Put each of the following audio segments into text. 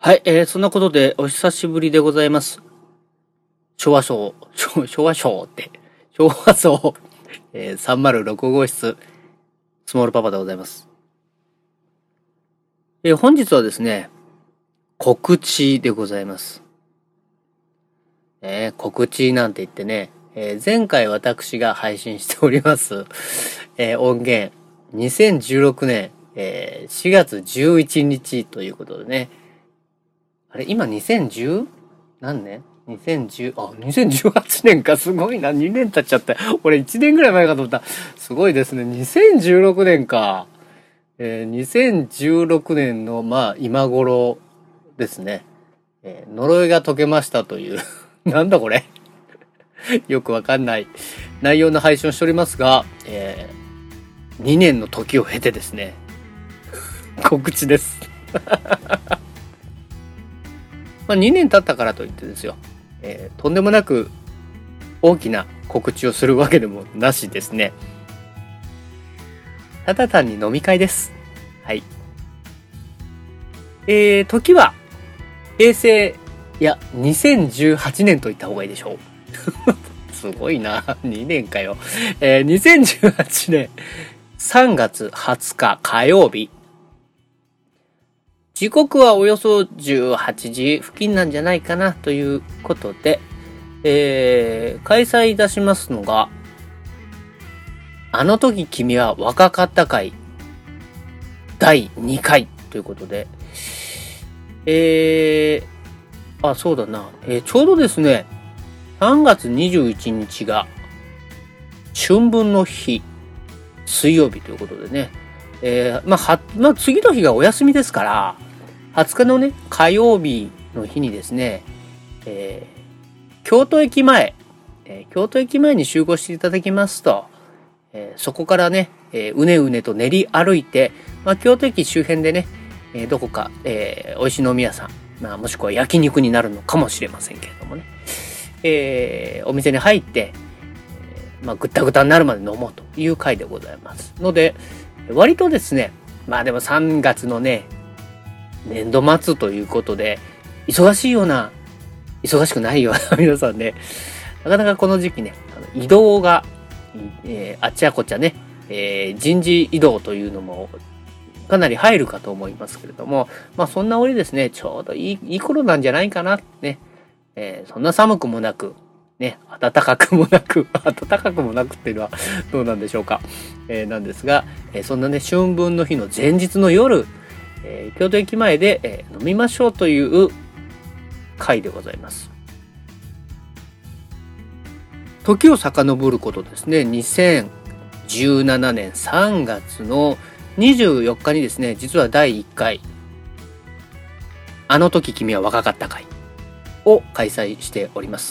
はい、そんなことでお久しぶりでございます。昭和層、昭和層、306号室、スモールパパでございます。本日はですね、告知でございます。告知なんて言ってね、前回私が配信しております、音源、2016年、4月11日ということでね、あれ今2010何年 2018年か。すごいな。2年経っちゃった。俺1年ぐらい前かと思った。すごいですね。2016年か。2016年の今頃ですね。呪いが解けましたというなんだこれよくわかんない内容の配信をしておりますが、2年の時を経てですね告知です2年経ったからといってですよ、とんでもなく大きな告知をするわけでもなしですね。ただ単に飲み会です。はい。時は平成、いや2018年と言った方がいいでしょうすごいな。2年かよ。2018年3月20日火曜日、時刻はおよそ18時付近なんじゃないかなということで、開催いたしますのが、あの時君は若かった会第2回ということで、そうだな、ちょうどですね、3月21日が春分の日、水曜日ということでね、次の日がお休みですから、20日のね、火曜日の日にですね、京都駅前に集合していただきますと、そこからね、うねうねと練り歩いて、京都駅周辺でね、どこか、美味しい飲み屋さん、もしくは焼肉になるのかもしれませんけれどもね、お店に入って、ぐったぐたになるまで飲もうという回でございますので、割とですね、でも3月のね、年度末ということで、忙しいような、忙しくないような皆さんね、なかなかこの時期ね、移動が、あっちゃこっちゃね、人事異動というのもかなり入るかと思いますけれども、そんな折ですね、ちょうどいい頃なんじゃないかな、ね。そんな寒くもなく、ね、暖かくもなくっていうのはどうなんでしょうか。なんですが、そんなね、春分の日の前日の夜、京都駅前で、飲みましょうという会でございます。時を遡ることですね、2017年3月の24日にですね、実は第1回、あの時君は若かった会を開催しております。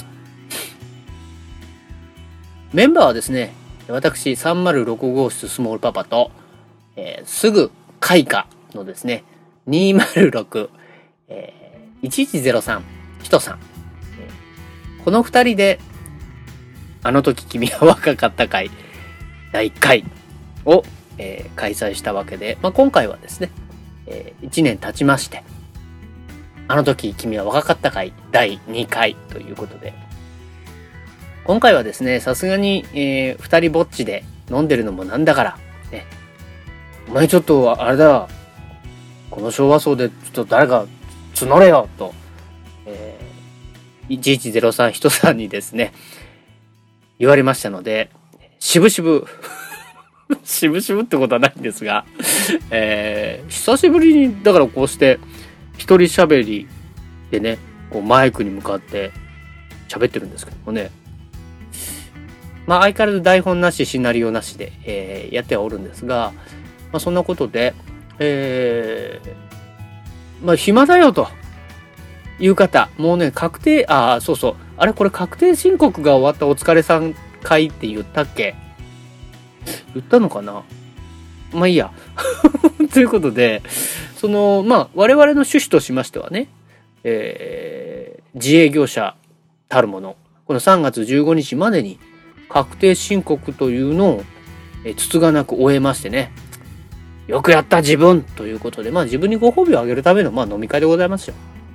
メンバーはですね、私306号室スモールパパと、すぐ開花のですね、206、1103、ひとさん、この2人で、あの時君は若かった会第1回を、開催したわけで、今回はですね、1年経ちまして、あの時君は若かった会第2回ということで、今回はですね、さすがに、2人ぼっちで飲んでるのもなんだから、ね、お前ちょっとあれだ、この昭和層でちょっと誰か募れよと、1103人さんにですね、言われましたので、しぶしぶってことはないんですが、久しぶりにだからこうして一人喋りでね、こうマイクに向かって喋ってるんですけどもね、相変わらず台本なしシナリオなしで、やってはおるんですが、そんなことで、暇だよという方、もうね、確定、これ確定申告が終わったお疲れさん会って言ったっけ？言ったのかな？いいや。ということで、我々の趣旨としましてはね、自営業者たるもの、この3月15日までに確定申告というのを、つつがなく終えましてね、よくやった自分ということで、自分にご褒美をあげるための、飲み会でございますよ。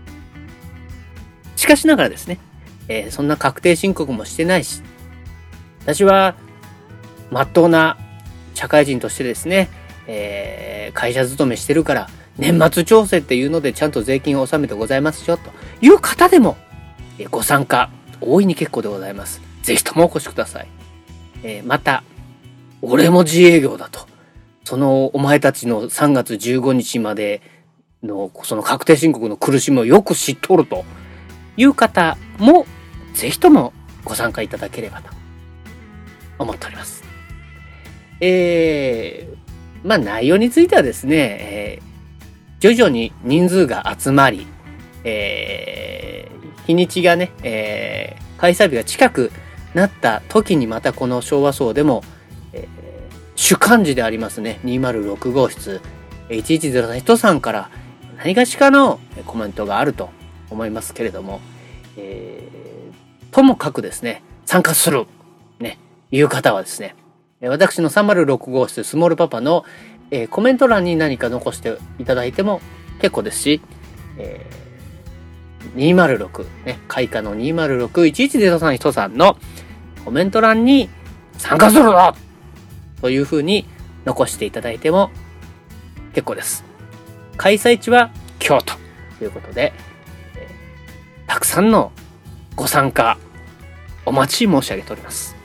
かしながらですね、そんな確定申告もしてないし、私は真っ当な社会人としてですね、会社勤めしてるから年末調整っていうのでちゃんと税金を納めてございますよという方でも、ご参加大いに結構でございます。ぜひともお越しください。また俺も自営業だと、そのお前たちの3月15日までのその確定申告の苦しみをよく知っとるという方もぜひともご参加いただければと思っております。内容についてはですね、徐々に人数が集まり、日にちがね、開催日が近くなった時にまたこの昭和荘でも、主幹事でありますね、206号室1103さんから何かしらのコメントがあると思いますけれども、ともかくですね、参加する、ね、いう方はですね、私の306号室スモールパパの、コメント欄に何か残していただいても結構ですし、206、ね、開花の2061103さんのコメント欄に参加するぞというふうに残していただいても結構です。開催地は京都ということで、たくさんのご参加お待ち申し上げております。